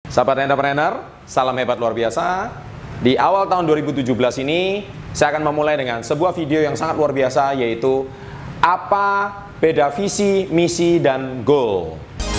Sahabat entrepreneur, salam hebat luar biasa. Di awal tahun 2017 ini, saya akan memulai dengan sebuah video yang sangat luar biasa, yaitu apa beda visi, misi, dan goal.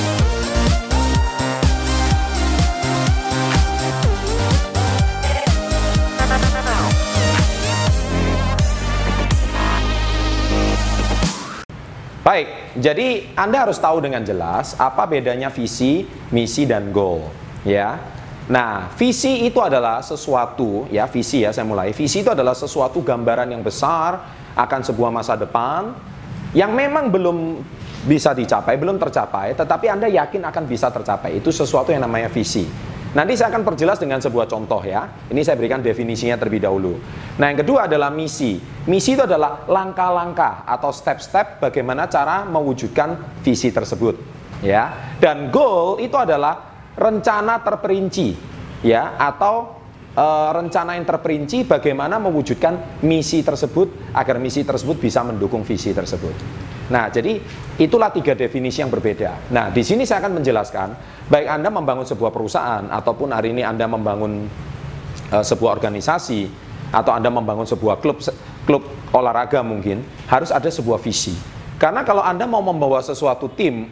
Baik, jadi Anda harus tahu dengan jelas apa bedanya visi, misi, dan goal, ya. Nah, visi itu adalah sesuatu, ya, visi ya, saya mulai. Visi itu adalah sesuatu gambaran yang besar akan sebuah masa depan yang memang belum bisa dicapai, belum tercapai, tetapi Anda yakin akan bisa tercapai. Itu sesuatu yang namanya visi. Nanti saya akan perjelas dengan sebuah contoh ya. Ini saya berikan definisinya terlebih dahulu. Nah, yang kedua adalah misi. Misi itu adalah langkah-langkah atau step-step bagaimana cara mewujudkan visi tersebut, ya. Dan goal itu adalah rencana terperinci, ya, atau rencana yang terperinci bagaimana mewujudkan misi tersebut agar misi tersebut bisa mendukung visi tersebut. Nah, jadi itulah tiga definisi yang berbeda. Nah, di sini saya akan menjelaskan, baik Anda membangun sebuah perusahaan ataupun hari ini Anda membangun sebuah organisasi atau Anda membangun sebuah klub olahraga mungkin, harus ada sebuah visi. Karena kalau Anda mau membawa sesuatu tim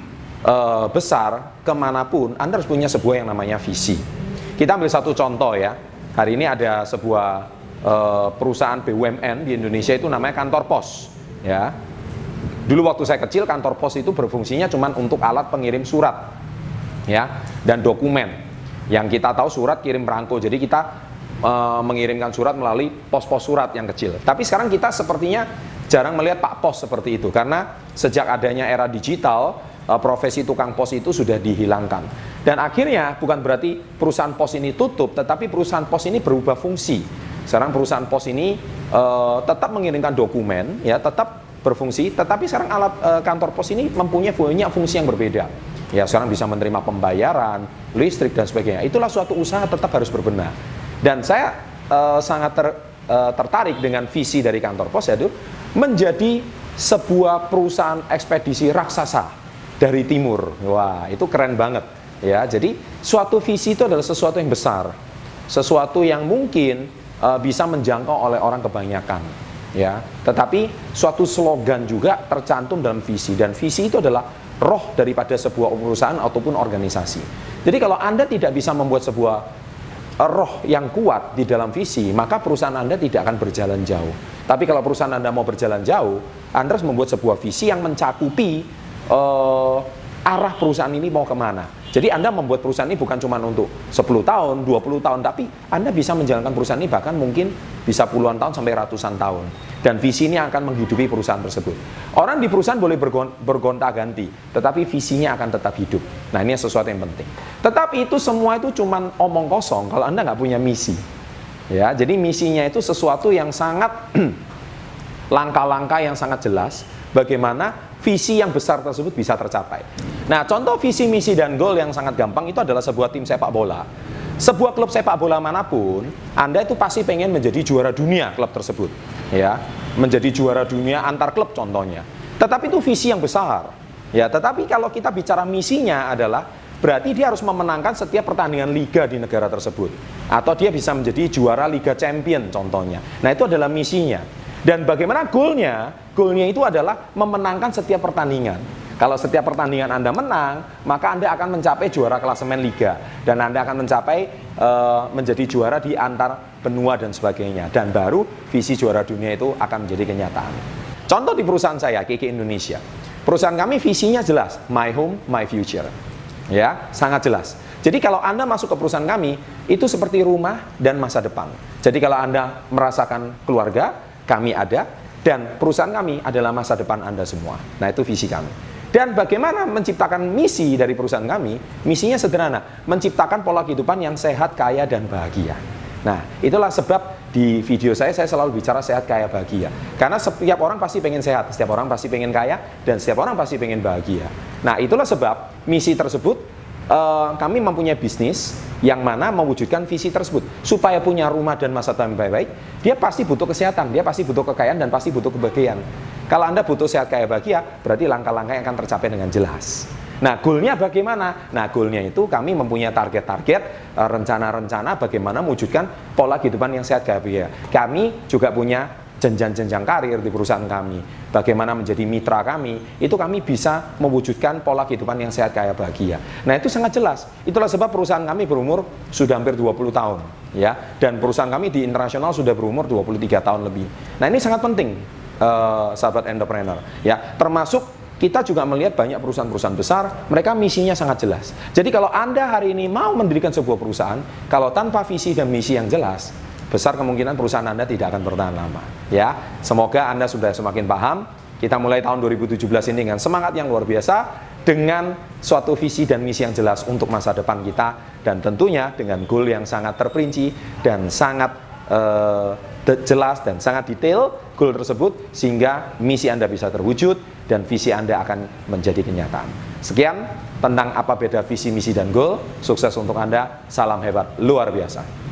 besar kemanapun, Anda harus punya sebuah yang namanya visi. Kita ambil satu contoh ya. Hari ini ada sebuah perusahaan BUMN di Indonesia itu namanya kantor pos, ya. Dulu waktu saya kecil kantor pos itu berfungsinya cuma untuk alat pengirim surat, ya, dan dokumen. Yang kita tahu surat kirim perangko, jadi kita mengirimkan surat melalui pos-pos surat yang kecil. Tapi sekarang kita sepertinya jarang melihat Pak Pos seperti itu, karena sejak adanya era digital, profesi tukang pos itu sudah dihilangkan. Dan akhirnya bukan berarti perusahaan pos ini tutup, tetapi perusahaan pos ini berubah fungsi. Sekarang perusahaan pos ini tetap mengirimkan dokumen, ya, tetap berfungsi, tetapi sekarang alat kantor pos ini mempunyai banyak fungsi yang berbeda. Ya, sekarang bisa menerima pembayaran, listrik dan sebagainya. Itulah suatu usaha tetap harus berbenah. Dan saya sangat tertarik dengan visi dari kantor pos, yaitu menjadi sebuah perusahaan ekspedisi raksasa dari timur. Wah, itu keren banget, ya. Jadi suatu visi itu adalah sesuatu yang besar, sesuatu yang mungkin bisa menjangkau oleh orang kebanyakan, ya. Tetapi suatu slogan juga tercantum dalam visi, dan visi itu adalah roh daripada sebuah perusahaan ataupun organisasi. Jadi kalau Anda tidak bisa membuat sebuah roh yang kuat di dalam visi, maka perusahaan Anda tidak akan berjalan jauh. Tapi kalau perusahaan Anda mau berjalan jauh, Anda harus membuat sebuah visi yang mencakupi arah perusahaan ini mau kemana. Jadi Anda membuat perusahaan ini bukan cuma untuk 10 tahun, 20 tahun, tapi Anda bisa menjalankan perusahaan ini bahkan mungkin bisa puluhan tahun sampai ratusan tahun. Dan visi ini akan menghidupi perusahaan tersebut. Orang di perusahaan boleh bergonta-ganti, tetapi visinya akan tetap hidup. Nah, ini sesuatu yang penting. Tetapi itu semua itu cuma omong kosong kalau Anda nggak punya misi. Ya, jadi misinya itu sesuatu yang sangat langkah-langkah yang sangat jelas bagaimana visi yang besar tersebut bisa tercapai. Nah, contoh visi, misi, dan goal yang sangat gampang itu adalah sebuah tim sepak bola. Sebuah klub sepak bola manapun, Anda itu pasti pengen menjadi juara dunia klub tersebut, ya, menjadi juara dunia antar klub contohnya. Tetapi itu visi yang besar, ya. Tetapi kalau kita bicara misinya adalah berarti dia harus memenangkan setiap pertandingan liga di negara tersebut, atau dia bisa menjadi juara Liga Champion contohnya. Nah, itu adalah misinya. Dan bagaimana goalnya? Goalnya itu adalah memenangkan setiap pertandingan. Kalau setiap pertandingan Anda menang, maka Anda akan mencapai juara klasemen liga, dan Anda akan mencapai menjadi juara di antar benua dan sebagainya. Dan baru visi juara dunia itu akan menjadi kenyataan. Contoh di perusahaan saya, KK Indonesia. Perusahaan kami visinya jelas, my home, my future. Ya, sangat jelas. Jadi kalau Anda masuk ke perusahaan kami, itu seperti rumah dan masa depan. Jadi kalau Anda merasakan keluarga, kami ada, dan perusahaan kami adalah masa depan Anda semua. Nah, itu visi kami. Dan bagaimana menciptakan misi dari perusahaan kami? Misinya sederhana, menciptakan pola kehidupan yang sehat, kaya, dan bahagia. Nah, itulah sebab di video saya selalu bicara sehat, kaya, bahagia. Karena setiap orang pasti pengen sehat, setiap orang pasti pengen kaya, dan setiap orang pasti pengen bahagia. Nah, itulah sebab misi tersebut, kami mempunyai bisnis yang mana mewujudkan visi tersebut. Supaya punya rumah dan masa depan baik-baik, dia pasti butuh kesehatan, dia pasti butuh kekayaan, dan pasti butuh kebahagiaan. Kalau Anda butuh sehat, kaya, bahagia, berarti langkah-langkah yang akan tercapai dengan jelas. Nah, goalnya bagaimana? Nah, goalnya itu kami mempunyai target-target, rencana-rencana bagaimana mewujudkan pola kehidupan yang sehat bahagia. Kami juga punya jenjang-jenjang karir di perusahaan kami. Bagaimana menjadi mitra kami, itu kami bisa mewujudkan pola kehidupan yang sehat kaya bahagia. Nah, itu sangat jelas. Itulah sebab perusahaan kami berumur sudah hampir 20 tahun, ya. Dan perusahaan kami di internasional sudah berumur 23 tahun lebih. Nah, ini sangat penting, sahabat entrepreneur, ya. Termasuk kita juga melihat banyak perusahaan-perusahaan besar, mereka misinya sangat jelas. Jadi kalau Anda hari ini mau mendirikan sebuah perusahaan, kalau tanpa visi dan misi yang jelas, besar kemungkinan perusahaan Anda tidak akan bertahan lama. Ya, semoga Anda sudah semakin paham. Kita mulai tahun 2017 ini dengan semangat yang luar biasa, dengan suatu visi dan misi yang jelas untuk masa depan kita, dan tentunya dengan goal yang sangat terperinci dan sangat jelas dan sangat detail goal tersebut, sehingga misi Anda bisa terwujud dan visi Anda akan menjadi kenyataan. Sekian tentang apa beda visi, misi, dan goal. Sukses untuk Anda. Salam hebat luar biasa.